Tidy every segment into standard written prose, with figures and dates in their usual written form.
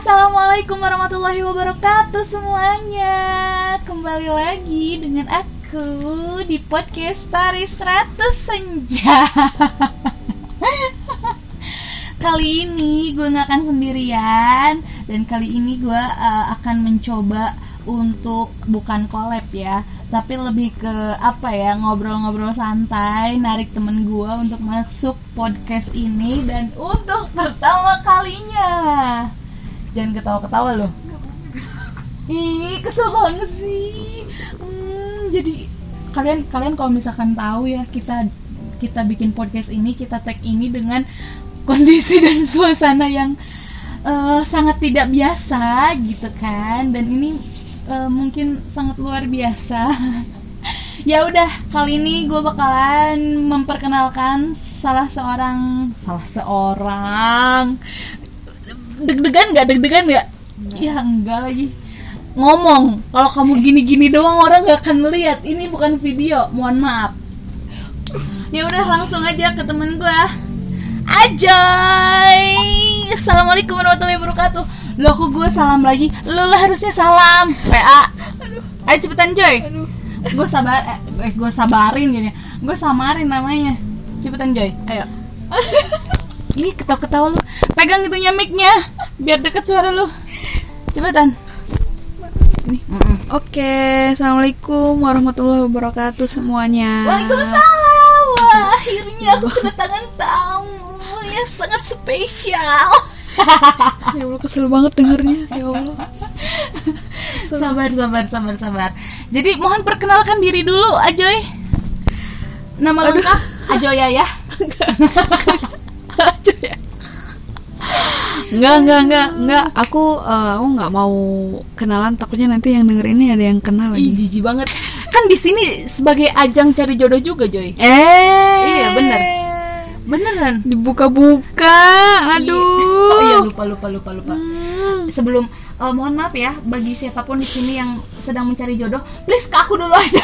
Assalamualaikum warahmatullahi wabarakatuh semuanya. Kembali lagi dengan aku di podcast Tari 100 Senja. Kali ini gue gak akan sendirian. Dan kali ini gue akan mencoba untuk bukan collab ya, tapi lebih ke ngobrol-ngobrol santai, narik temen gue untuk masuk podcast ini. Dan untuk pertama kalinya, jangan ketawa-ketawa loh. Ih, kesel banget sih. Jadi kalian kalau misalkan tahu ya, kita bikin podcast ini, kita tag ini dengan kondisi dan suasana yang sangat tidak biasa gitu kan. Dan ini mungkin sangat luar biasa. Ya udah, kali ini gue bakalan memperkenalkan salah seorang deg-degan nggak? Ya enggak lagi. Ngomong, kalau kamu gini-gini doang orang nggak akan melihat. Ini bukan video, mohon maaf. Ya udah, langsung aja ke temen gue, Ajay. Assalamualaikum warahmatullahi wabarakatuh. Loh, kok gue salam lagi? Lo lah harusnya salam. PA. Ayo cepetan Joy. Gue sabarin gini. Gue samarin namanya. Cepetan Joy. Ayo. Ih, ketawa-ketawa lu. Pegang itunya mic-nya biar deket suara lu. Cepetan. Nih. Oke, assalamualaikum warahmatullahi wabarakatuh semuanya. Waalaikumsalam. Wah, akhirnya aku kedatangan tamu yang sangat spesial. Ya Allah, kesel banget dengernya. Ya Allah. Sabar. Jadi mohon perkenalkan diri dulu, Ajoy. Nama lengkap Ajoy ya. Enggak. Aku nggak mau kenalan, takutnya nanti yang denger ini ada yang kenal lagi. Ih, jijik banget. Kan di sini sebagai ajang cari jodoh juga, Joy. Iya, Beneran. Dibuka-buka. Aduh. Oh iya, lupa. Sebelum mohon maaf ya bagi siapapun di sini yang sedang mencari jodoh, please ke aku dulu aja.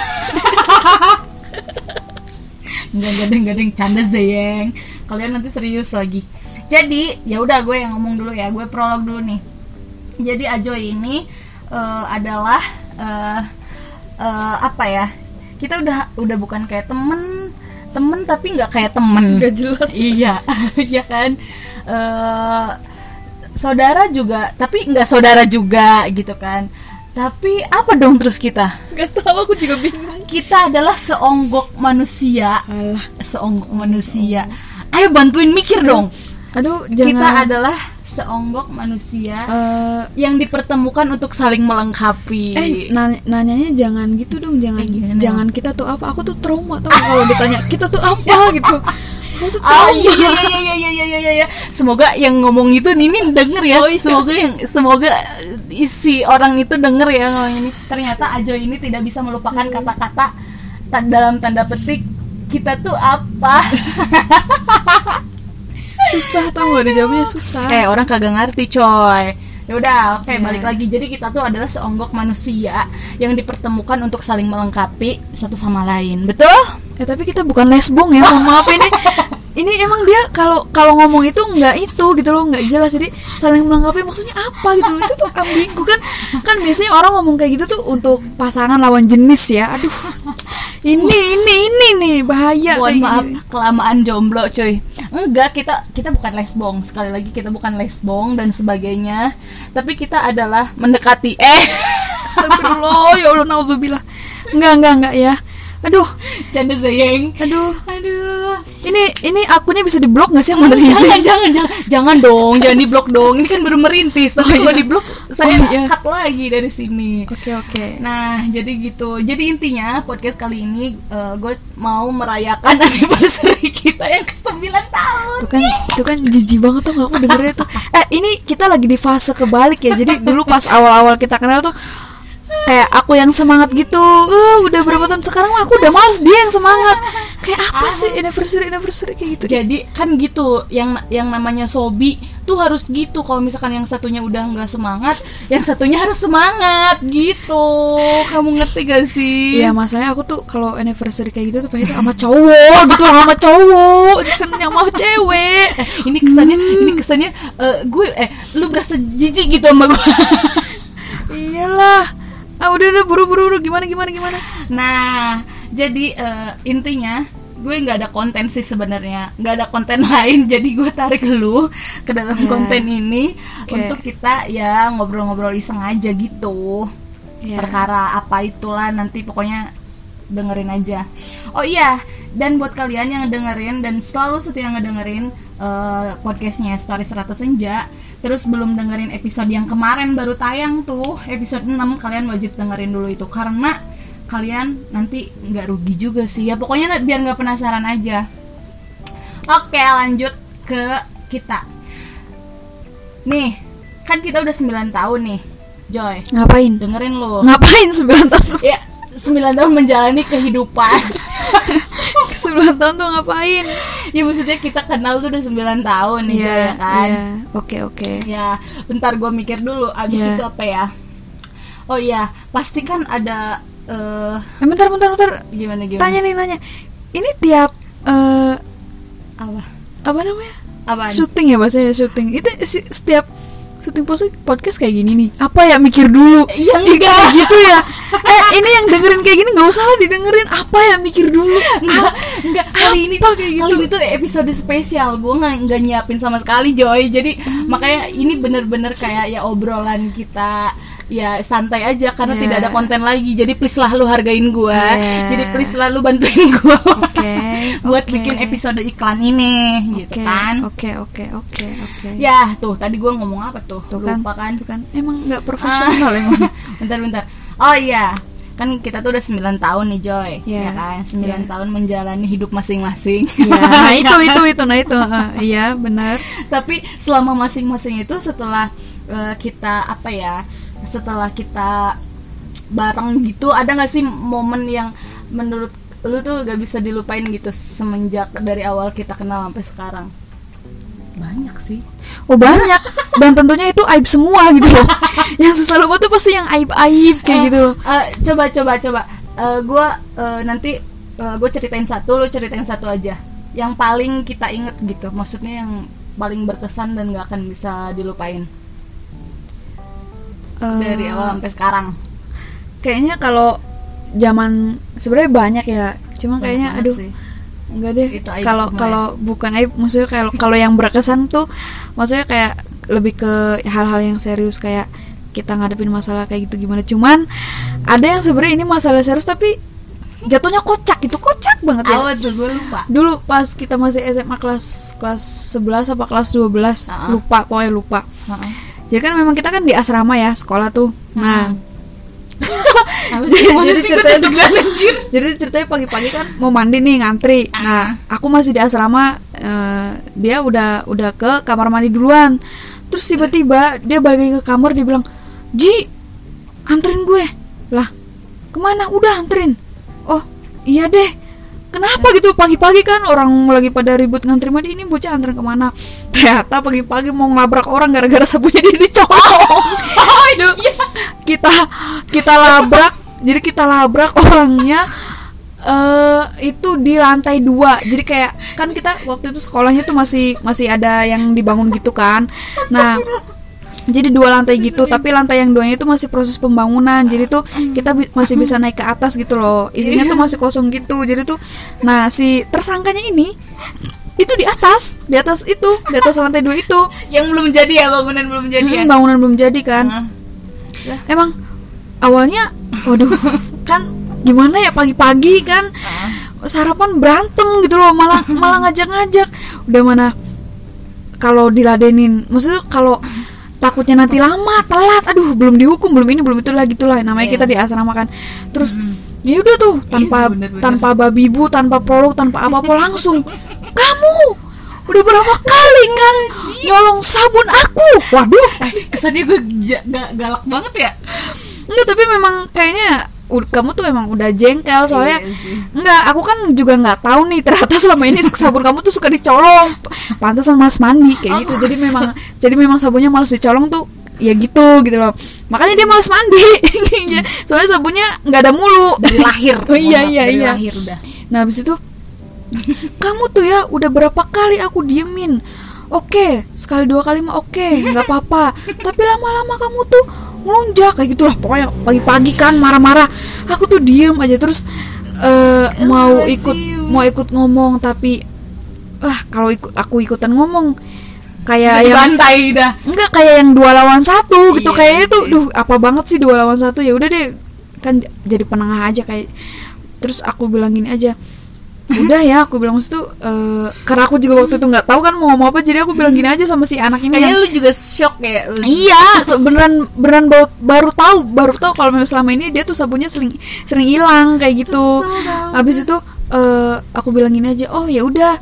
Enggak, canda zeyeng. Kalian nanti serius lagi. Jadi, ya udah gue yang ngomong dulu ya. Gue prolog dulu nih. Jadi Ajoy ini adalah kita udah bukan kayak temen tapi nggak kayak temen. Nggak jelas. Iya, ya kan. Saudara juga, tapi nggak saudara juga gitu kan. Tapi apa dong terus kita? Nggak tahu, aku juga bingung. Kita adalah seonggok manusia. Alah, seonggok manusia. Ayo bantuin mikir dong. Aduh, jangan. Kita adalah seonggok manusia yang dipertemukan untuk saling melengkapi. Nanyanya jangan gitu dong, jangan kita tuh apa? Aku tuh trauma tau kalau ditanya kita tuh apa gitu. Aku tuh trauma. Iya. Semoga yang ngomong itu Nini denger ya. Semoga isi orang itu denger ya ngomong ini. Ternyata Ajoy ini tidak bisa melupakan kata-kata dalam tanda petik kita tuh apa. Susah tau gak, dijawabnya susah. Orang kagak ngerti coy. Ya udah, oke, balik lagi. Jadi kita tuh adalah seonggok manusia yang dipertemukan untuk saling melengkapi satu sama lain. Betul? Tapi kita bukan lesbong ya. Mohon maaf ini emang dia kalau ngomong itu nggak itu gitu loh, nggak jelas. Jadi saling melengkapi maksudnya apa gitu loh. Itu tuh ambigu kan biasanya orang ngomong kayak gitu tuh untuk pasangan lawan jenis ya. Aduh. Ini nih bahaya. Mohon maaf gini. Kelamaan jomblo coy. Enggak, kita bukan lesbong. Sekali lagi, kita bukan lesbong dan sebagainya. Tapi kita adalah mendekati. Astagfirullah, ya Allah, nauzubillah. Enggak ya. Aduh, canda sayang. Aduh. Ini akunnya bisa diblok nggak sih? Jangan dong, jangan diblok dong. Ini kan baru merintis. Tapi kalau diblok saya cut lagi dari sini. Oke. Nah, jadi gitu. Jadi intinya podcast kali ini gue mau merayakan anniversary kita yang ke-9 tahun. Itu kan jijik banget tuh, nggak aku dengernya tuh. Ini kita lagi di fase kebalik ya. Jadi dulu pas awal-awal kita kenal tuh kayak aku yang semangat gitu. Udah berapa tahun sekarang aku udah males, dia yang semangat. Kayak apa sih anniversary kayak gitu. Jadi kan gitu, yang namanya sobi tuh harus gitu. Kalau misalkan yang satunya udah nggak semangat, yang satunya harus semangat gitu. Kamu ngerti gak sih? Iya, masalahnya aku tuh kalau anniversary kayak gitu tuh pengen tuh sama cowok gitu, sama cowok, jangan yang mau cewek. Ini kesannya gue lu berasa jijik gitu sama gue. Iyalah. Udah buru-buru gimana. Nah, jadi intinya gue nggak ada konten sih sebenarnya, nggak ada konten lain. Jadi gue tarik lu ke dalam konten ini untuk kita ya ngobrol-ngobrol iseng aja gitu. Perkara apa itulah nanti pokoknya dengerin aja. Oh iya, dan buat kalian yang dengerin dan selalu setia ngedengerin podcastnya Story 100 Senja, terus belum dengerin episode yang kemarin baru tayang tuh, episode 6, kalian wajib dengerin dulu itu, karena kalian nanti nggak rugi juga sih ya, pokoknya biar nggak penasaran aja. Oke, lanjut ke kita nih, kan kita udah 9 tahun nih Joy. Ngapain? Dengerin lo. Ngapain 9 tahun? Ya 9 tahun menjalani kehidupan. 9 tahun tuh ngapain? Ya maksudnya kita kenal tuh udah 9 tahun nih ya kan. Oke. Ya bentar gue mikir dulu. Abis itu apa ya? Oh iya, pasti kan ada bentar. Gimana? Nanya. Ini tiap apa namanya? Apaan? Syuting ya bahasanya, syuting. Itu setiap syuting podcast kayak gini nih. Apa ya, mikir dulu. Ya enggak kayak gitu ya. Ini yang dengerin kayak gini enggak usah lah didengerin. Apa ya, mikir dulu. Enggak. Kali ini tuh episode spesial. Gue enggak nyiapin sama sekali, Joy. Jadi makanya ini bener-bener kayak ya obrolan kita. Ya santai aja karena tidak ada konten lagi. Jadi please lah lu hargain gue. Jadi please lah lu bantuin gue buat bikin episode iklan ini gitu kan. Oke. Ya tuh tadi gue ngomong apa tuh lupa kan. Emang gak profesional emang. Bentar. Oh iya, kan kita tuh udah 9 tahun nih Joy, ya kan, 9 tahun menjalani hidup masing-masing. Nah itu. Iya benar. Tapi selama masing-masing itu setelah setelah kita bareng gitu, ada nggak sih momen yang menurut lu tuh gak bisa dilupain gitu semenjak dari awal kita kenal sampai sekarang? Banyak sih. Oh banyak. Dan tentunya itu aib semua gitu loh. Yang susah lupa tuh pasti yang aib-aib kayak gitu loh. Coba. Gue nanti gue ceritain satu, lu ceritain satu aja. Yang paling kita inget gitu. Maksudnya yang paling berkesan dan gak akan bisa dilupain. Dari awal sampai sekarang. Kayaknya kalau zaman sebenarnya banyak ya. Cuma kayaknya enggak deh. Kalau bukan aib, maksudnya kalau yang berkesan tuh maksudnya kayak lebih ke hal-hal yang serius, kayak kita ngadepin masalah kayak gitu gimana. Cuman ada yang sebenarnya ini masalah serius tapi jatuhnya kocak banget ya. Awal tuh gue lupa. Dulu pas kita masih SMA kelas 11 apa kelas 12, lupa. Jadi kan memang kita kan di asrama ya, sekolah tuh. Nah, jadi ceritanya pagi-pagi kan mau mandi nih, ngantri. Nah, aku masih di asrama, dia udah ke kamar mandi duluan. Terus tiba-tiba dia balik lagi ke kamar, dia bilang, "Ji, anterin gue." Lah, kemana? Udah anterin. Oh, iya deh. Kenapa gitu pagi-pagi kan orang lagi pada ribut ngantri mandi, ini bocah anterin kemana? Ternyata pagi-pagi mau ngelabrak orang gara-gara sapunya dia dicolong. Kita labrak. Jadi kita labrak orangnya itu di lantai 2. Jadi kayak kan kita waktu itu sekolahnya tuh masih ada yang dibangun gitu kan. Nah, jadi 2 lantai gitu, tapi lantai yang 2-nya itu masih proses pembangunan. Jadi tuh kita masih bisa naik ke atas gitu loh. Isinya tuh masih kosong gitu. Jadi tuh nah si tersangkanya ini itu di atas lantai 2 itu. Yang belum jadi ya, bangunan belum jadi ya. Bangunan belum jadi kan. Emang awalnya waduh, kan gimana ya pagi-pagi kan. Sarapan berantem gitu loh, malah ngajak-ngajak. Udah mana kalau diladenin, maksudnya kalau takutnya nanti lama, telat, aduh belum dihukum, belum ini, belum itu lah gitulah. Namanya kita di asrama kan. Terus ya udah tuh tanpa babi bu, tanpa prolog, tanpa apa-apa langsung, "Kamu udah berapa kali kan nyolong sabun aku?" Waduh, kesannya gue galak banget ya. Enggak, tapi memang kayaknya kamu tuh emang udah jengkel soalnya. Enggak, aku kan juga nggak tahu nih ternyata selama ini sabun kamu tuh suka dicolong. Pantesan malas mandi kayak gitu. Jadi memang sabunnya malas dicolong tuh ya gitu loh. Makanya dia malas mandi. Soalnya sabunnya nggak ada mulu dari lahir. Oh iya. Lahir udah. Nah, habis itu kamu tuh ya udah berapa kali aku diemin. Oke, sekali 2 kali mah oke, nggak apa-apa. Tapi lama-lama kamu tuh ngelunjak kayak gitulah. Pokoknya pagi-pagi kan marah-marah. Aku tuh diem aja terus mau ikut ngomong, tapi kalau aku ikutan ngomong kayak yang bantai dah. Enggak, kayak yang 2 lawan 1 gitu. Kayaknya tuh apa banget sih 2 lawan 1. Ya udah deh, kan jadi penengah aja kayak. Terus aku bilang gini aja, udah ya, aku bilang tuh karena aku juga waktu itu nggak tahu kan mau ngomong apa, jadi aku bilang gini aja sama si anak ini. Kayaknya lu juga shock ya. Iya, beneran baru tahu kalau memang selama ini dia tuh sabunnya sering hilang kayak gitu. Habis itu aku bilang gini aja, oh ya udah,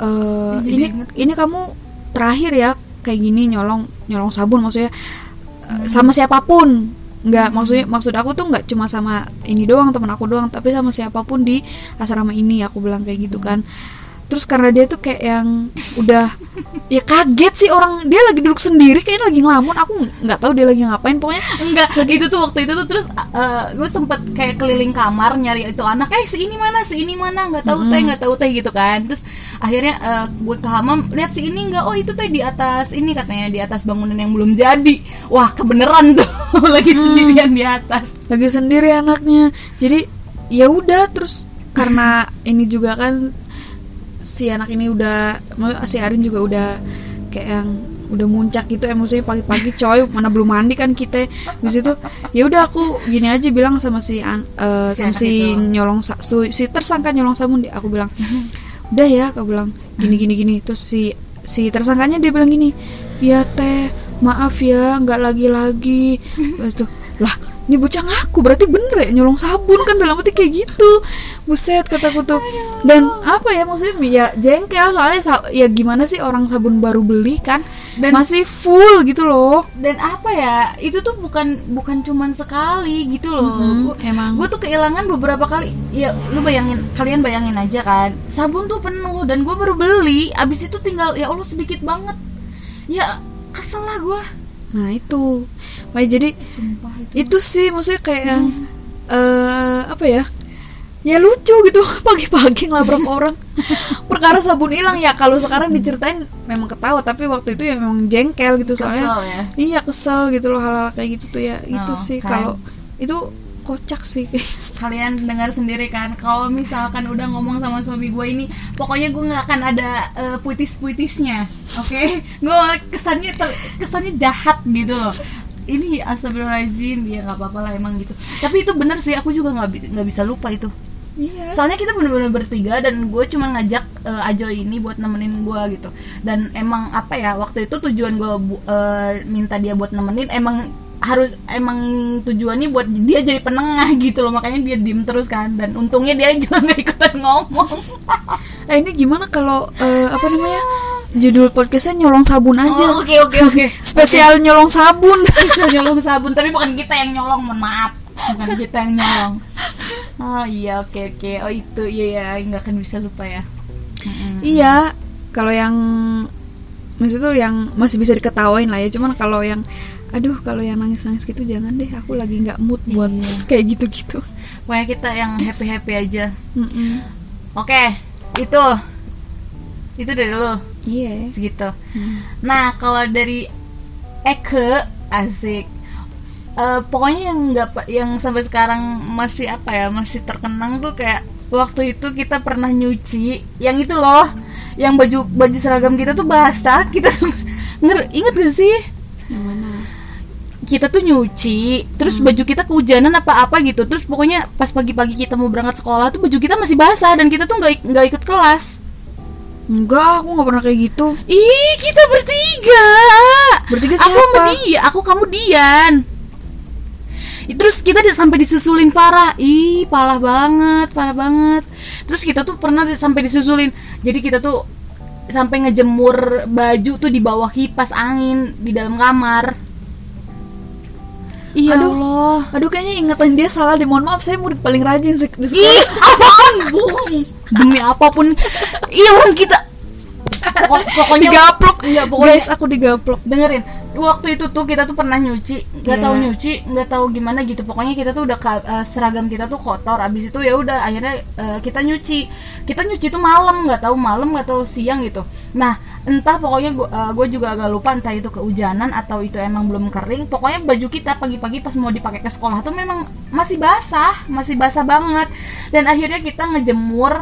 ini kamu terakhir ya kayak gini nyolong sabun, maksudnya sama siapapun. Nggak, maksud aku tuh nggak cuma sama ini doang, teman aku doang, tapi sama siapapun di asrama ini, aku bilang kayak gitu kan. Terus karena dia tuh kayak yang udah ya kaget sih, orang dia lagi duduk sendiri kayaknya lagi ngelamun, aku nggak tahu dia lagi ngapain pokoknya. Enggak, itu tuh waktu itu tuh terus gue sempet kayak keliling kamar nyari itu anak, si ini mana nggak tahu teh gitu kan. Terus akhirnya gue ke hamam, lihat si ini nggak, oh itu teh di atas ini, katanya di atas bangunan yang belum jadi. Wah, kebeneran tuh lagi sendirian di atas, lagi sendiri anaknya. Jadi ya udah, terus karena ini juga kan si anak ini si Arin juga udah kayak yang udah muncak gitu emosinya pagi-pagi coy, mana belum mandi kan kita. Habis itu ya udah aku gini aja bilang sama si si tersangka nyolong sabun, aku bilang udah ya, aku bilang gini. Terus si tersangkanya dia bilang gini, ya teh maaf ya nggak lagi. Terus tuh lah, ini bocah ngaku berarti bener ya nyolong sabun kan, dalam hati kayak gitu. Buset, kataku tuh. Dan apa ya, maksudnya ya jengkel soalnya ya gimana sih orang sabun baru beli kan, dan masih full gitu loh. Dan apa ya, itu tuh bukan cuman sekali gitu loh. Emang gue tuh kehilangan beberapa kali. Ya lu kalian bayangin aja kan, sabun tuh penuh dan gue baru beli, abis itu tinggal ya Allah sedikit banget. Ya kesel lah gue. Nah itu, jadi sumpah itu sih maksudnya kayak yang apa ya lucu gitu. Pagi-pagi ngelabrak orang perkara sabun hilang. Ya kalau sekarang diceritain memang ketawa, tapi waktu itu ya memang jengkel gitu soalnya. Kesel ya? Iya, kesel gitu loh, hal-hal kayak gitu tuh ya. Itu sih kan. Kalau itu kocak sih. Kalian dengar sendiri kan, kalau misalkan udah ngomong sama suami gue ini, pokoknya gue nggak akan ada puitis-puitisnya, oke? Gue kesannya jahat gitu loh. Ini astagfirullahaladzim, ya nggak apa-apa lah emang gitu. Tapi itu bener sih, aku juga nggak bisa lupa itu. Iya. Soalnya kita bener-bener bertiga dan gue cuma ngajak Ajo ini buat nemenin gue gitu. Dan emang apa ya, waktu itu tujuan gue minta dia buat nemenin emang tujuannya buat dia jadi penengah gitu loh, makanya dia diem terus kan, dan untungnya dia juga nggak ikutan ngomong. Ini gimana kalau judul podcastnya nyolong sabun aja? Oke. Spesial nyolong sabun. Spesial nyolong sabun, tapi bukan kita yang nyolong, mohon maaf, bukan kita yang nyolong. Oh iya, oke. Oh itu iya ya, nggak akan bisa lupa ya. Iya, kalau yang maksudnya yang masih bisa diketawain lah ya, cuman kalau yang kalau yang nangis-nangis gitu jangan deh, aku lagi nggak mood buat kayak gitu-gitu. Pokoknya kita yang happy-happy aja. Oke, itu dari lo. Iya. Segitu. Nah, kalau dari Eke, asik. Pokoknya yang sampai sekarang masih masih terkenang tuh kayak waktu itu kita pernah nyuci yang itu loh, yang baju seragam kita tuh basah, kita inget gak sih? Yang mana? Kita tuh nyuci, terus baju kita kehujanan apa-apa gitu. Terus pokoknya pas pagi-pagi kita mau berangkat sekolah tuh baju kita masih basah dan kita tuh nggak ikut kelas. Enggak, aku nggak pernah kayak gitu. Ih, kita bertiga siapa? Aku sama dia, aku kamu Dian. Terus kita sampai disusulin Farah. Ih, parah banget. Terus kita tuh pernah sampai disusulin. Jadi kita tuh sampai ngejemur baju tuh di bawah kipas angin di dalam kamar. Iya Aduh. Allah. Aduh kayaknya ingatan dia salah deh. Mohon maaf, saya murid paling rajin di Ih, sekolah. apaan bohong. Demi apapun. Iya orang kita. Pokoknya Digaplok. Iya, pokoknya Guys, aku digaplok. dengerin. Waktu itu tuh kita tuh pernah nyuci, nggak Iya. tahu nyuci, nggak tahu gimana gitu. Pokoknya kita tuh udah seragam kita tuh kotor. Abis itu ya udah akhirnya kita nyuci. Kita nyuci tuh malam, nggak tahu siang gitu. Nah, entah pokoknya gue juga agak lupa entah itu kehujanan atau itu emang belum kering. Pokoknya baju kita pagi-pagi pas mau dipakai ke sekolah tuh memang masih basah banget. Dan akhirnya kita ngejemur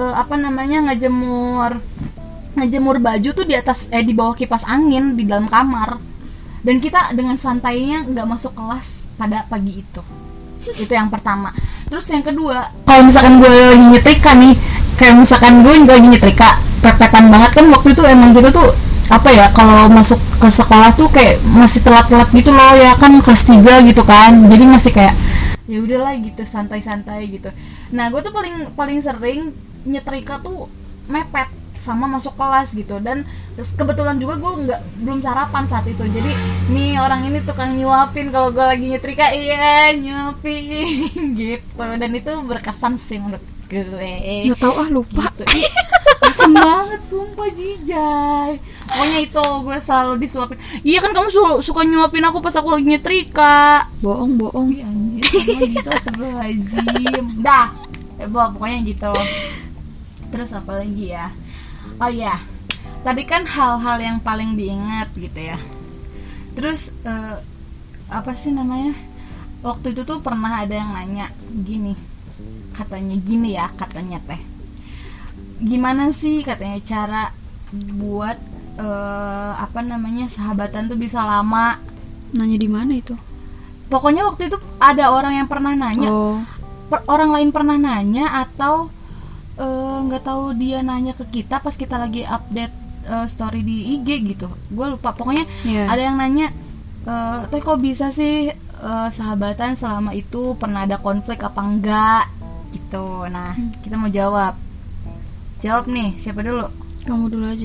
ngejemur baju tuh di bawah kipas angin di dalam kamar. Dan kita dengan santainya nggak masuk kelas pada pagi itu. Itu yang pertama. Terus yang kedua, kalau misalkan gue lagi nyetrika nih, kayak misalkan gue lagi nyetrika, pepetan banget kan waktu itu emang kita tuh apa ya, kalau masuk ke sekolah tuh kayak masih telat-telat gitu loh ya kan, kelas 3 gitu kan. Jadi masih kayak ya udahlah gitu, santai-santai gitu. Nah, gue tuh paling sering nyetrika tuh mepet sama masuk kelas gitu. Dan kebetulan juga gue belum sarapan saat itu, jadi nih orang ini tukang nyuapin kalau gue lagi nyetrika, iya nyuapin gitu. Dan itu berkesan sih menurut gue. Ya tahu lupa. Gitu. Asem banget sumpah Jijay. Pokoknya itu gue selalu disuapin. Iya kan kamu suka nyuapin aku pas aku lagi nyetrika. Bohong. Iya anjir, sama gitu astagfirullahaladzim. Dah, pokoknya gitu. Terus apa lagi ya? Oh iya, tadi kan hal-hal yang paling diingat gitu ya. Terus apa sih namanya? Waktu itu tuh pernah ada yang nanya gini, katanya teh, gimana sih katanya cara buat sahabatan tuh bisa lama? Nanya di mana itu? Pokoknya waktu itu ada orang yang pernah nanya, Oh. orang lain pernah nanya atau nggak tahu dia nanya ke kita pas kita lagi update story di IG gitu. Gue lupa. Pokoknya ada yang nanya, teh kok bisa sih sahabatan selama itu, pernah ada konflik apa enggak gitu. Nah, kita mau jawab nih, siapa dulu? Kamu dulu aja.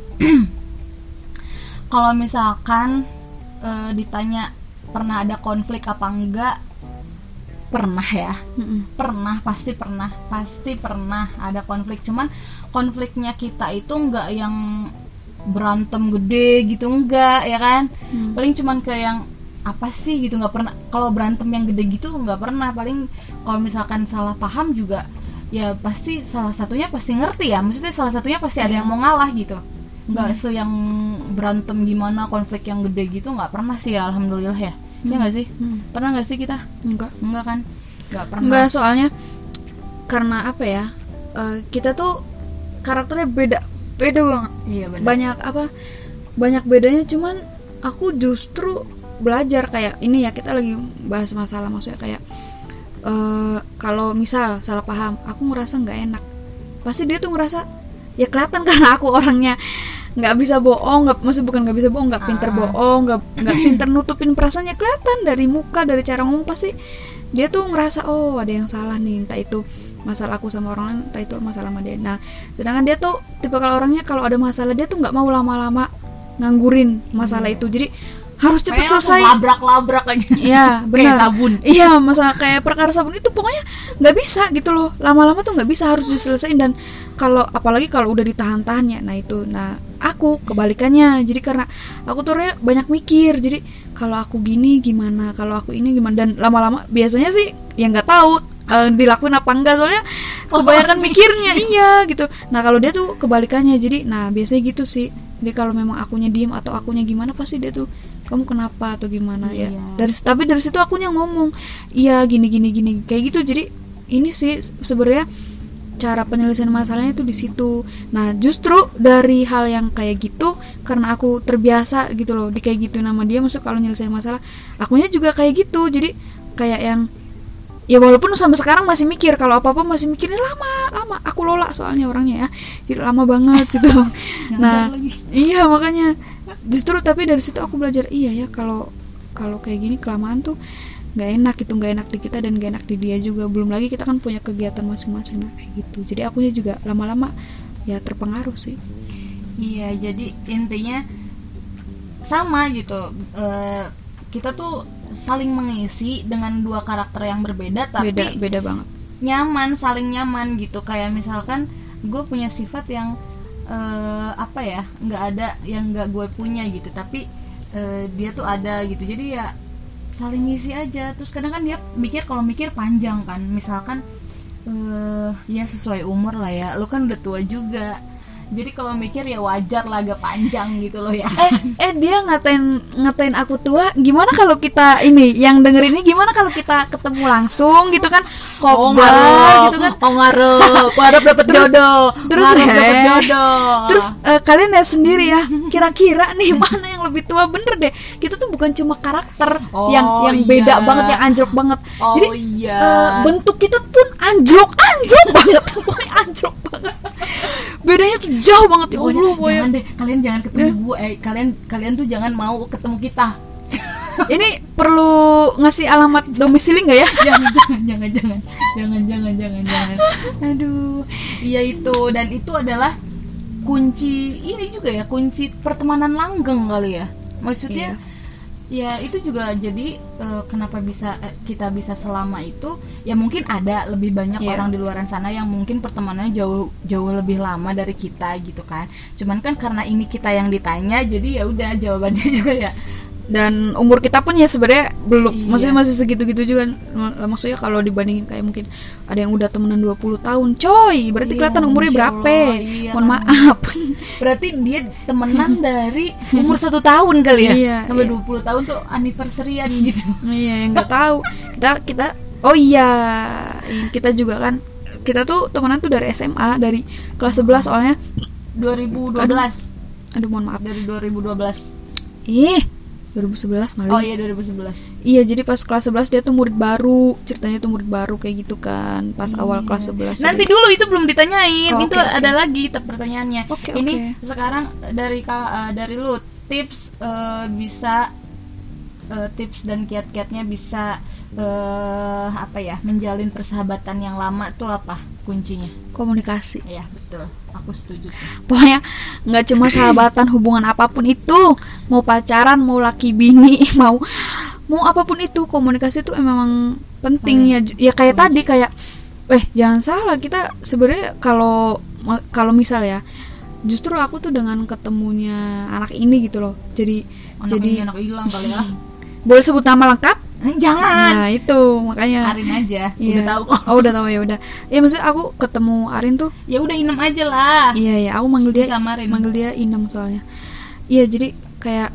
Kalau misalkan ditanya pernah ada konflik apa enggak, pernah ya. Pasti pernah ada konflik. Cuman konfliknya kita itu enggak yang berantem gede gitu, enggak ya kan. Paling cuman kayak yang apa sih gitu, nggak pernah. Kalau berantem yang gede gitu nggak pernah. Paling kalau misalkan salah paham juga ya pasti salah satunya pasti ngerti ya, maksudnya salah satunya pasti ada yang mau ngalah gitu. Nggak yang berantem gimana, konflik yang gede gitu nggak pernah sih ya, alhamdulillah ya. Ya nggak sih? Pernah nggak sih kita? Enggak kan? Nggak pernah. Enggak, soalnya karena apa ya, kita tuh karakternya beda banget. Iya benar. Banyak bedanya. Cuman aku justru belajar kayak ini ya, kita lagi bahas masalah, maksudnya kayak kalau misal salah paham, aku ngerasa nggak enak, pasti dia tuh ngerasa ya kelihatan karena aku orangnya nggak bisa bohong, bukan nggak bisa bohong, nggak pinter bohong, nggak pinter nutupin perasaannya, kelihatan dari muka, dari cara ngomong, pasti dia tuh ngerasa oh ada yang salah nih, entah itu masalah aku sama orang lain, entah itu masalah sama dia. Nah, sedangkan dia tuh tipe kalau orangnya kalau ada masalah dia tuh nggak mau lama-lama nganggurin masalah itu, jadi harus cepet selesai. Labrak aja. Iya, benar. Kayak sabun. Iya, masalah kayak perkara sabun itu pokoknya nggak bisa gitu loh. Lama-lama tuh nggak bisa, harus diselesain. Dan kalau apalagi kalau udah ditahan-tahan ya, nah itu. Nah, aku kebalikannya. Jadi karena aku tuh orangnya banyak mikir. Jadi kalau aku gini gimana, kalau aku ini gimana, dan lama-lama biasanya sih ya nggak tahu dilakuin apa enggak, soalnya kebanyakan mikirnya. Iya gitu. Nah, kalau dia tuh kebalikannya. Jadi nah biasanya gitu sih. Jadi kalau memang akunya diem atau akunya gimana, pasti dia tuh kamu kenapa atau gimana ya. Tapi dari situ akunya ngomong, iya gini kayak gitu. Jadi ini sih sebenarnya cara penyelesaian masalahnya itu di situ. Nah, justru dari hal yang kayak gitu, karena aku terbiasa gitu loh di kayak gitu nama dia, masuk kalau nyelesain masalah, akunya juga kayak gitu. Jadi kayak yang ya walaupun sampai sekarang masih mikir, kalau apa-apa masih mikirnya lama. Aku lola soalnya orangnya ya, jadi lama banget gitu. Nah, iya makanya justru tapi dari situ aku belajar, iya ya kalau kayak gini kelamaan tuh nggak enak di kita dan nggak enak di dia juga. Belum lagi kita kan punya kegiatan masing-masing, nah kayak gitu. Jadi akunya juga lama-lama ya terpengaruh sih. Iya, jadi intinya sama gitu. kita tuh saling mengisi dengan dua karakter yang berbeda tapi beda banget, nyaman, saling nyaman gitu. Kayak misalkan gue punya sifat yang apa ya, nggak ada yang nggak gue punya gitu, tapi dia tuh ada gitu, jadi ya saling ngisi aja. Terus kadang kan dia kalau mikir panjang kan, misalkan ya sesuai umur lah ya, lu kan udah tua juga, jadi kalau mikir ya wajar lah agak panjang gitu loh ya. Dia ngatain aku tua. Gimana kalau kita ini yang denger ini, gimana kalau kita ketemu langsung gitu kan, kobar gitu kan, ngarep dapet jodoh, terus dapet jodoh. Terus kalian lihat sendiri ya, kira-kira nih mana yang lebih tua. Bener deh, kita tuh bukan cuma karakter yang beda banget, yang anjlok banget. Jadi bentuk kita pun anjlok banget, pokoknya anjlok banget. Bedanya tuh jauh banget ya Allah. Jangan deh, kalian jangan ketemu gue. Kalian tuh jangan mau ketemu kita. Ini perlu ngasih alamat domisili nggak ya? Jangan. Aduh, iya itu, dan itu adalah kunci ini juga ya, kunci pertemanan langgeng kali ya. Maksudnya ya itu juga jadi kenapa kita bisa selama itu ya, mungkin ada lebih banyak orang di luar sana yang mungkin pertemanannya jauh lebih lama dari kita gitu kan. Cuman kan karena ini kita yang ditanya, jadi ya udah jawabannya juga ya. Dan umur kita pun ya sebenarnya belum, masih segitu-gitu juga. Maksudnya kalau dibandingin kayak mungkin ada yang udah temenan 20 tahun, coy, berarti kelihatan umurnya berapa? Mohon maaf. Berarti dia temenan dari umur 1 tahun kali ya? Sampai 20 tahun tuh anniversary-an gitu. Iya, yang nggak tahu. Kita kita juga kan, kita tuh temenan tuh dari SMA, dari kelas 11 soalnya 2012. Aduh mohon maaf. Dari 2012. 2011 malah. Oh iya 2011. Iya, jadi pas kelas 11 dia tuh murid baru. Ceritanya tuh murid baru kayak gitu kan. Pas awal kelas 11. Nanti dulu itu belum ditanyain. Itu ada lagi pertanyaannya. Ini sekarang dari lu tips bisa tips dan kiat-kiatnya bisa menjalin persahabatan yang lama tuh apa kuncinya? Komunikasi. Iya betul, aku setuju sih. Pokoknya nggak cuma sahabatan, hubungan apapun itu, mau pacaran, mau laki bini, mau apapun itu, komunikasi itu memang penting ya kayak tadi kayak jangan salah, kita sebenarnya kalau misal ya, justru aku tuh dengan ketemunya anak ini gitu loh, jadi anak hilang kali ya. Boleh sebut nama lengkap? Jangan. Nah itu makanya. Arin aja. Udah tahu kok. Oh udah tahu ya udah. Ya maksudnya aku ketemu Arin tuh. Ya udah Inem aja lah. Iya aku manggil dia Inem soalnya. Iya jadi kayak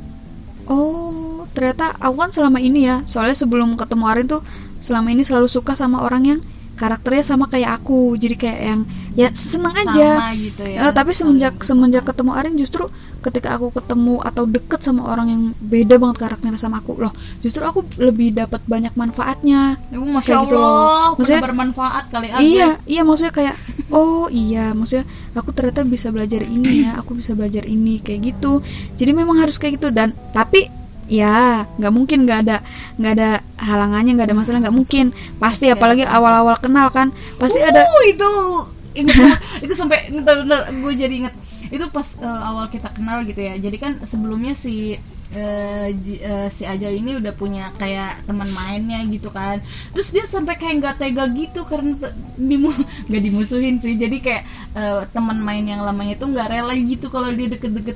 ternyata aku kan selama ini ya, soalnya sebelum ketemu Arin tuh selama ini selalu suka sama orang yang karakternya sama kayak aku, jadi kayak yang ya seneng aja sama gitu ya. Tapi semenjak ketemu Arin, justru ketika aku ketemu atau deket sama orang yang beda banget karakternya sama aku, loh justru aku lebih dapat banyak manfaatnya. Masya Allah gitu. Maksudnya bermanfaat kali aja. Iya maksudnya kayak maksudnya aku ternyata bisa belajar ini ya, aku bisa belajar ini kayak gitu. Jadi memang harus kayak gitu, dan tapi ya nggak mungkin nggak ada halangannya, nggak ada masalah, nggak mungkin pasti, apalagi awal-awal kenal kan pasti ada itu sampai bener gue jadi inget itu pas awal kita kenal gitu ya. Jadi kan sebelumnya si Aja ini udah punya kayak teman mainnya gitu kan, terus dia sampai kayak nggak tega gitu karena nggak dimusuhin sih, jadi kayak teman main yang lamanya itu nggak rela gitu kalau dia deket-deket.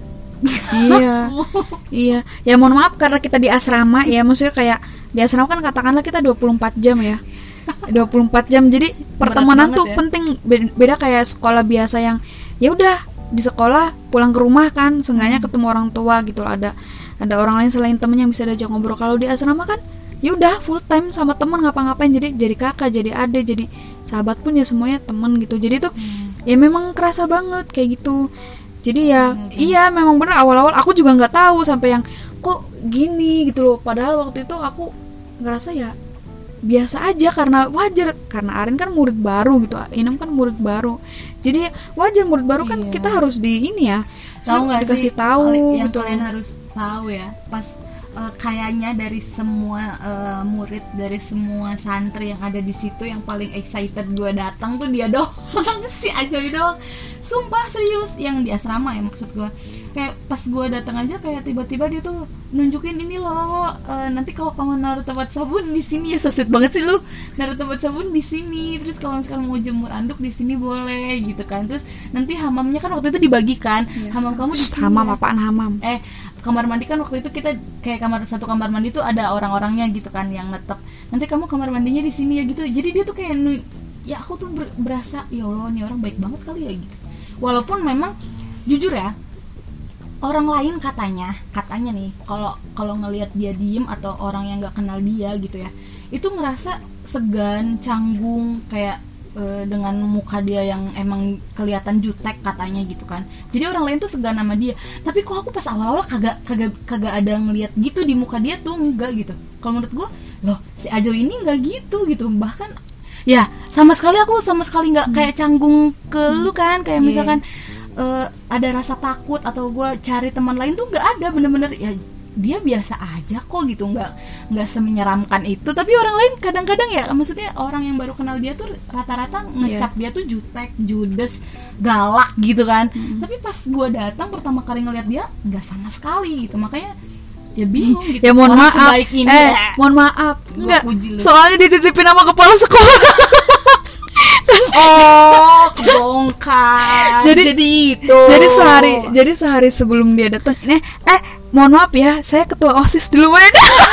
Iya ya mohon maaf karena kita di asrama ya, maksudnya kayak di asrama kan katakanlah kita 24 jam ya 24 jam, jadi pertemanan tuh penting. Beda kayak sekolah biasa yang ya udah di sekolah pulang ke rumah kan seenggaknya ketemu orang tua gitu, ada orang lain selain temen yang bisa diajak ngobrol. Kalau di asrama kan ya udah full time sama temen, ngapa-ngapain, jadi kakak, jadi adik, jadi sahabat pun ya semuanya temen gitu. Jadi tuh ya memang kerasa banget kayak gitu. Jadi ya iya memang bener, awal-awal aku juga nggak tahu sampai yang kok gini gitu loh, padahal waktu itu aku ngerasa ya biasa aja karena wajar, karena Arin kan murid baru gitu, Inem kan murid baru, jadi wajar murid baru kan kita harus di ini ya, dikasih tahu yang gitu. Kalian harus tahu ya, pas kayaknya dari semua murid, dari semua santri yang ada di situ, yang paling excited gue datang tuh dia doang si Ajoy doang. Sumpah serius, yang di asrama ya maksud gue. kayak pas gue datang aja kayak tiba-tiba dia tuh nunjukin ini loh, nanti kalau kamu naruh tempat sabun di sini ya, so sweet banget sih lu, naruh tempat sabun di sini, terus kalau misalkan mau jemur anduk di sini boleh gitu kan, terus nanti hamamnya kan waktu itu dibagikan, hamam kamu di sini. Hamam apaan hamam? Kamar mandi kan waktu itu kita kayak satu kamar mandi tuh ada orang-orangnya gitu kan yang ngetep, nanti kamu kamar mandinya di sini ya gitu. Jadi dia tuh kayak ya aku tuh berasa ya Allah nih orang baik banget kali ya gitu. Walaupun memang jujur ya, orang lain katanya nih kalau ngelihat dia diem atau orang yang nggak kenal dia gitu ya, itu ngerasa segan, canggung, kayak dengan muka dia yang emang kelihatan jutek katanya gitu kan. Jadi orang lain tuh segan sama dia. Tapi kok aku pas awal-awal kagak ada ngelihat gitu di muka dia tuh, enggak gitu. Kalau menurut gue, loh si Ajo ini enggak gitu. Bahkan ya sama sekali nggak kayak canggung ke lu kan, kayak misalkan ada rasa takut atau gue cari teman lain tuh nggak ada, bener-bener ya dia biasa aja kok gitu, nggak semenyeramkan itu. Tapi orang lain kadang-kadang ya, maksudnya orang yang baru kenal dia tuh rata-rata ngecap dia tuh jutek, judes, galak gitu kan. Tapi pas gue datang pertama kali ngeliat dia nggak sama sekali gitu, makanya ya bingung gitu. Ya mohon orang maaf, sebaik ini, mohon maaf, enggak, puji lu. soalnya dititipin sama kepala sekolah. Oh, bongkar. Jadi sehari sebelum dia datang, mohon maaf ya, saya ketua OSIS dulu, men.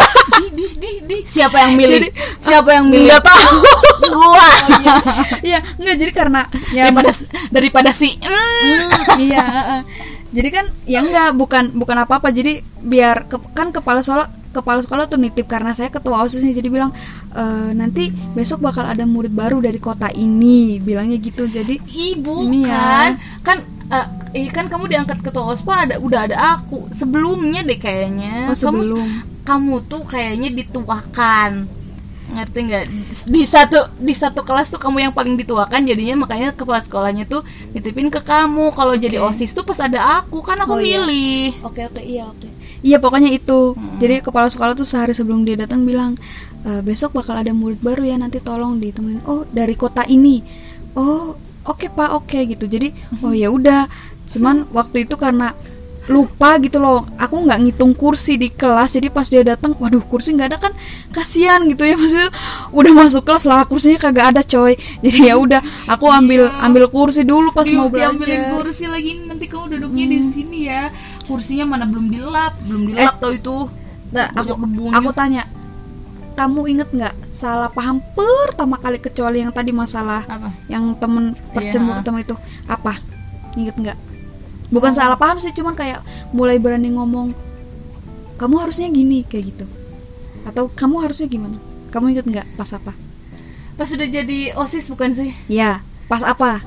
Siapa yang milih? Nggak tahu. Gua. Iya, enggak, jadi karena ya daripada si iya, jadi kan ya enggak, bukan apa-apa. Jadi biar kan kepala sekolah tuh nitip, karena saya ketua OSIS nih, jadi bilang nanti besok bakal ada murid baru dari kota ini, bilangnya gitu. Jadi ibu ini kan kan kamu diangkat ketua OSPA udah ada aku sebelumnya deh kayaknya. Kamu tuh kayaknya dituakan, ngerti nggak? Di satu kelas tuh kamu yang paling dituakan, jadinya makanya kepala sekolahnya tuh nitipin ke kamu. Kalau jadi OSIS tuh pas ada aku kan aku milih. Oke. Iya, pokoknya itu. Jadi kepala sekolah tuh sehari sebelum dia datang bilang, besok bakal ada murid baru ya, nanti tolong ditemenin. Oh, dari kota ini. Oh, oke Pak, oke gitu. Jadi oh ya udah. Cuman waktu itu karena lupa gitu loh, aku nggak ngitung kursi di kelas. Jadi pas dia datang, waduh kursi nggak ada kan, kasihan gitu ya, maksudnya udah masuk kelas lah kursinya kagak ada coy. Jadi ya udah, aku ambil kursi dulu pas mau belajar. Diambilin kursi lagi, nanti kamu duduknya di sini ya. Kursinya mana belum dilap tau itu. Nah, aku tanya, kamu inget nggak salah paham pertama kali, kecuali yang tadi masalah apa? Yang temen percemur temen itu apa? Inget nggak? Bukan salah paham sih, cuman kayak mulai berani ngomong, kamu harusnya gini kayak gitu, atau kamu harusnya gimana? Kamu inget nggak pas apa? Pas udah jadi OSIS bukan sih? Ya, pas apa?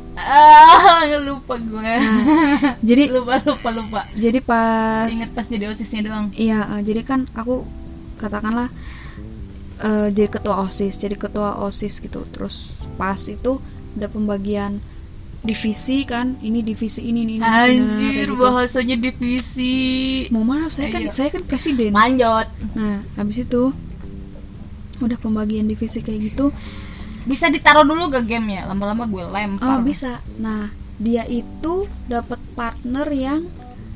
Lupa gue. Jadi lupa. Jadi pas inget pas jadi OSISnya doang. Iya, jadi kan aku katakanlah jadi ketua OSIS gitu. Terus pas itu udah pembagian divisi kan, ini divisi ini anjir, gitu. Bahasanya divisi. Mau mana, saya kan presiden. Lanjut. Nah, habis itu udah pembagian divisi kayak gitu. Bisa ditaruh dulu ke game ya, lama-lama gue lempar. Oh, bisa. Nah, dia itu dapat partner yang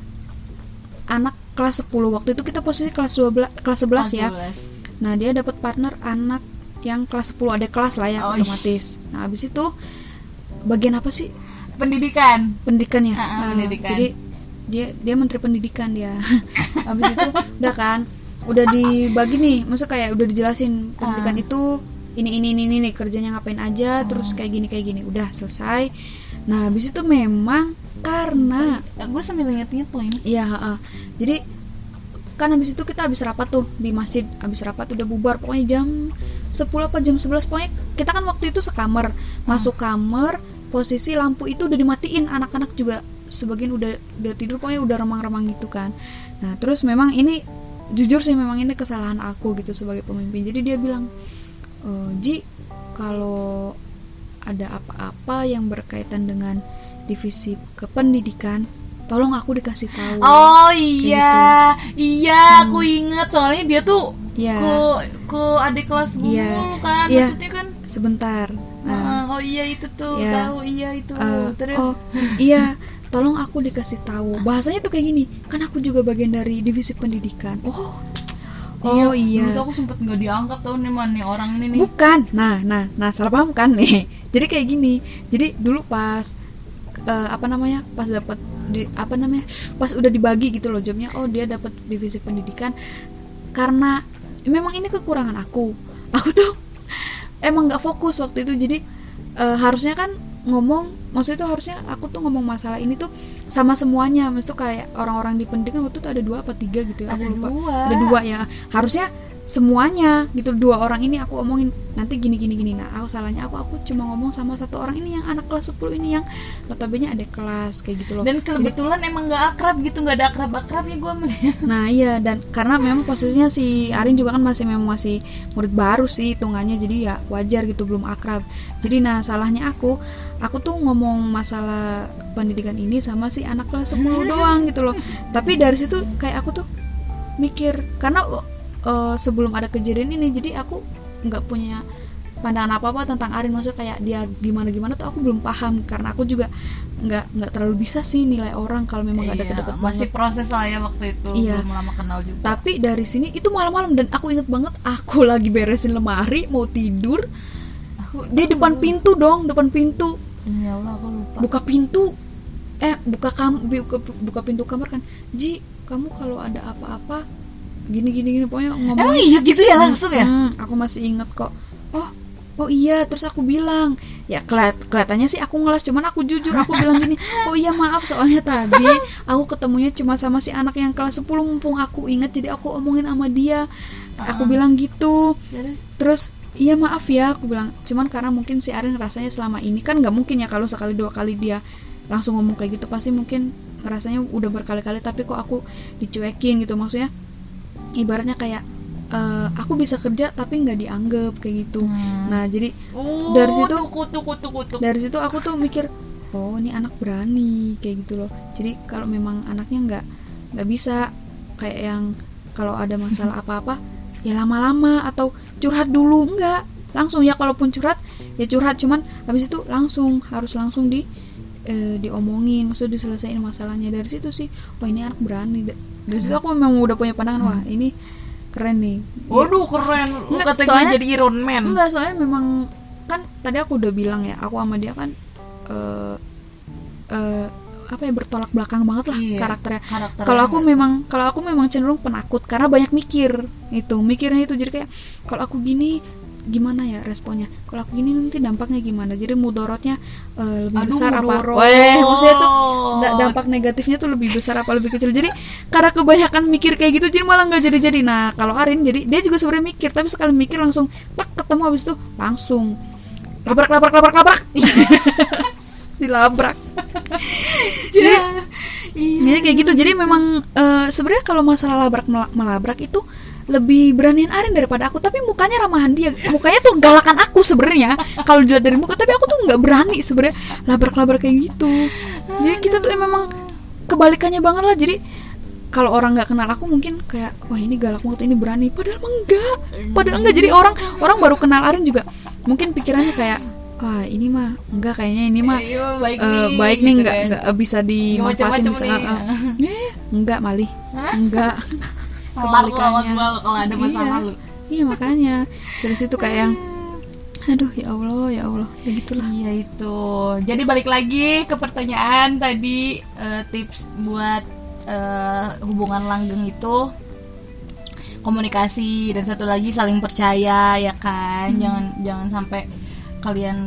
anak kelas 10. Waktu itu kita posisi kelas 11 ya. Nah, dia dapat partner anak yang kelas 10, ada kelas lah ya, otomatis. Nah, habis itu bagian apa sih? Pendidikan ya. Pendidikan. Jadi dia menteri pendidikan dia. Habis itu udah kan, udah dibagi nih, maksudnya kayak udah dijelasin pendidikan itu ini kerjanya ngapain aja, terus kayak gini, udah selesai. Nah, habis itu memang karena gue sambil inget-inget loh ini. Iya, jadi kan habis itu kita habis rapat tuh di masjid, habis rapat udah bubar, pokoknya jam 10 apa jam 11, pokoknya kita kan waktu itu sekamar. Masuk kamar, posisi lampu itu udah dimatiin, anak-anak juga sebagian udah tidur, pokoknya udah remang-remang gitu kan. Nah, terus memang ini jujur sih, memang ini kesalahan aku gitu sebagai pemimpin. Jadi dia bilang, Ji, kalau ada apa-apa yang berkaitan dengan divisi kependidikan, tolong aku dikasih tahu. Oh iya, gitu. Aku inget, soalnya dia tuh ke adik kelas gue kan, maksudnya kan sebentar. Oh iya itu tuh, tahu iya itu. Terus oh iya, tolong aku dikasih tahu. Bahasanya tuh kayak gini, kan aku juga bagian dari divisi pendidikan. Oh iya. Dulu tuh aku sempet nggak dianggap tau nih man nih orang ini nih. Bukan. Nah, salah paham kan nih. Jadi kayak gini. Jadi dulu pas pas dapat pas udah dibagi gitu loh jobnya. Oh, dia dapat divisi pendidikan karena memang ini kekurangan aku. Aku tuh emang nggak fokus waktu itu. Jadi harusnya kan maksudnya itu harusnya aku tuh ngomong masalah ini tuh sama semuanya. Maksudnya tuh kayak orang-orang di pendidikan waktu itu ada 2 apa 3 gitu ya, aku lupa. Ada 2 ya, harusnya semuanya gitu. 2 orang ini aku omongin nanti gini. Nah aku salahnya aku cuma ngomong sama 1 orang ini yang anak kelas 10 ini yang notabene ada kelas kayak gitu loh. Dan kebetulan emang gak akrab gitu, gak ada akrab-akrabnya gue. Nah iya, dan karena memang posisinya si Arin juga kan masih murid baru sih hitungannya, jadi ya wajar gitu belum akrab. Jadi nah salahnya aku tuh ngomong masalah pendidikan ini sama si anak kelas 10 doang gitu loh. Tapi dari situ kayak aku tuh mikir, karena sebelum ada kejadian ini jadi aku nggak punya pandangan apa tentang Arin. Maksudnya kayak dia gimana tuh aku belum paham, karena aku juga nggak terlalu bisa sih nilai orang kalau memang nggak deket-deket masih banget. Proses lah ya waktu itu. Iya. Belum lama kenal juga. Tapi dari sini itu malam-malam, dan aku inget banget aku lagi beresin lemari mau tidur, dia depan pintu. Ya Allah, aku lupa. Buka pintu, buka pintu kamar kan. Ji, kamu kalau ada apa-apa gini pokoknya ngomong. Emang iya gitu ya langsung ya? Aku masih inget kok. Oh iya, terus aku bilang, ya kelihatannya sih aku ngeles, cuman aku jujur, aku bilang gini, oh iya maaf soalnya tadi aku ketemunya cuma sama si anak yang kelas 10, mumpung aku inget jadi aku omongin sama dia. Aku bilang gitu. Terus iya maaf ya, aku bilang, cuman karena mungkin si Arin rasanya selama ini kan nggak mungkin ya kalau sekali 2 kali dia langsung ngomong kayak gitu, pasti mungkin rasanya udah berkali-kali tapi kok aku dicuekin gitu. Maksudnya ibaratnya kayak aku bisa kerja tapi nggak dianggap kayak gitu. Nah jadi dari situ dari situ aku tuh mikir, oh ini anak berani kayak gitu loh. Jadi kalau memang anaknya nggak bisa kayak yang kalau ada masalah apa-apa ya lama-lama atau curhat dulu, enggak langsung ya, kalaupun curhat ya curhat, cuman habis itu harus langsung diomongin, maksudnya diselesaikan masalahnya. Dari situ sih, wah ini anak berani. Dari situ aku memang udah punya pandangan, wah ini keren nih. Waduh keren. Lu katanya soalnya, jadi Iron Man. Enggak, soalnya memang kan tadi aku udah bilang ya, aku sama dia kan bertolak belakang banget lah karakternya. Kalau aku memang cenderung penakut karena banyak mikirnya itu. Jadi kayak kalau aku gini gimana ya responnya, kalau aku gini nanti dampaknya gimana, jadi mudorotnya lebih besar apa maksudnya tuh dampak negatifnya tuh lebih besar apa lebih kecil. Jadi karena kebanyakan mikir kayak gitu jadi malah nggak jadi. Nah kalau Arin jadi dia juga sebenarnya mikir, tapi sekali mikir langsung ketemu, habis itu langsung labrak dilabrak. Jadi kayak gitu. Jadi memang sebenarnya kalau masalah melabrak itu lebih beraniin Arin daripada aku, tapi mukanya ramahan dia, mukanya tuh galakan aku sebenarnya kalau dilihat dari muka, tapi aku tuh nggak berani sebenarnya labrak kayak gitu. Jadi kita tuh memang kebalikannya banget lah. Jadi kalau orang nggak kenal aku mungkin kayak wah ini galak banget, ini berani, padahal enggak. Jadi orang baru kenal Arin juga mungkin pikirannya kayak wah ini mah enggak, kayaknya ini mah baik nih, gitu enggak bisa dimanfaatin, bisa enggak malih enggak. Kebalikannya kalau ada masalah lu. Iya makanya dari situ kayak yang aduh ya Allah ya gitulah. Iya itu. Jadi balik lagi ke pertanyaan tadi, tips buat hubungan langgeng itu komunikasi, dan satu lagi saling percaya ya kan. Jangan sampai kalian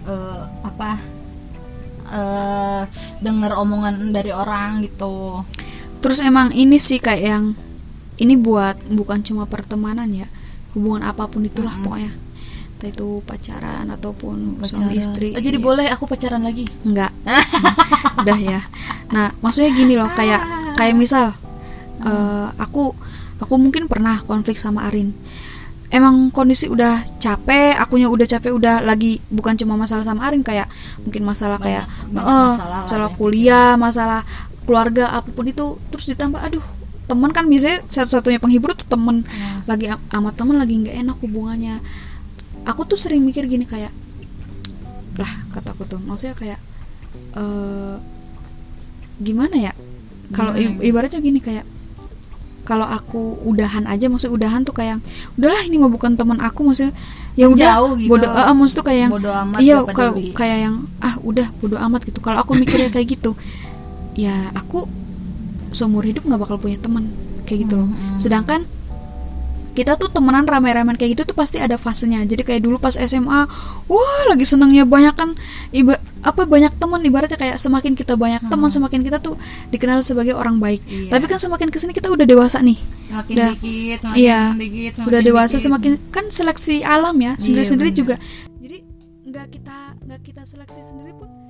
dengar omongan dari orang gitu. Terus emang ini sih kayak yang ini bukan cuma pertemanan ya, hubungan apapun itulah pokoknya, entah itu pacaran ataupun suami istri. Jadi boleh aku pacaran lagi? Enggak. Udah ya. Nah maksudnya gini loh, kayak misal aku mungkin pernah konflik sama Arin. Emang kondisi udah capek, akunya udah capek, udah lagi bukan cuma masalah sama Arin, kayak mungkin masalah kayak masalah kuliah, masalah keluarga, apapun itu. Terus ditambah teman kan biasanya satu-satunya penghibur tuh temen. Lagi sama temen lagi nggak enak hubungannya. Aku tuh sering mikir gini kayak, lah kataku tuh maksudnya kayak gimana ya, kalau ibaratnya gini, kayak kalau aku udahan aja, maksudnya udahan tuh kayak udahlah ini mah bukan teman aku, maksudnya ya udah gitu. bodo maksud tuh kayak bodo amat, iya kayak yang udah bodo amat gitu. Kalau aku mikirnya kayak gitu, ya aku seumur hidup nggak bakal punya teman kayak gitu loh. Sedangkan kita tuh temenan rame-ramean kayak gitu tuh pasti ada fasenya. Jadi kayak dulu pas SMA, wah lagi senengnya banyak kan, banyak teman, ibaratnya kayak semakin kita banyak teman, semakin kita tuh dikenal sebagai orang baik. Tapi kan semakin kesini kita udah dewasa nih, makin dikit, dikit, udah dewasa dikit. Semakin kan seleksi alam ya, sendiri-sendiri juga. Jadi nggak kita seleksi sendiri pun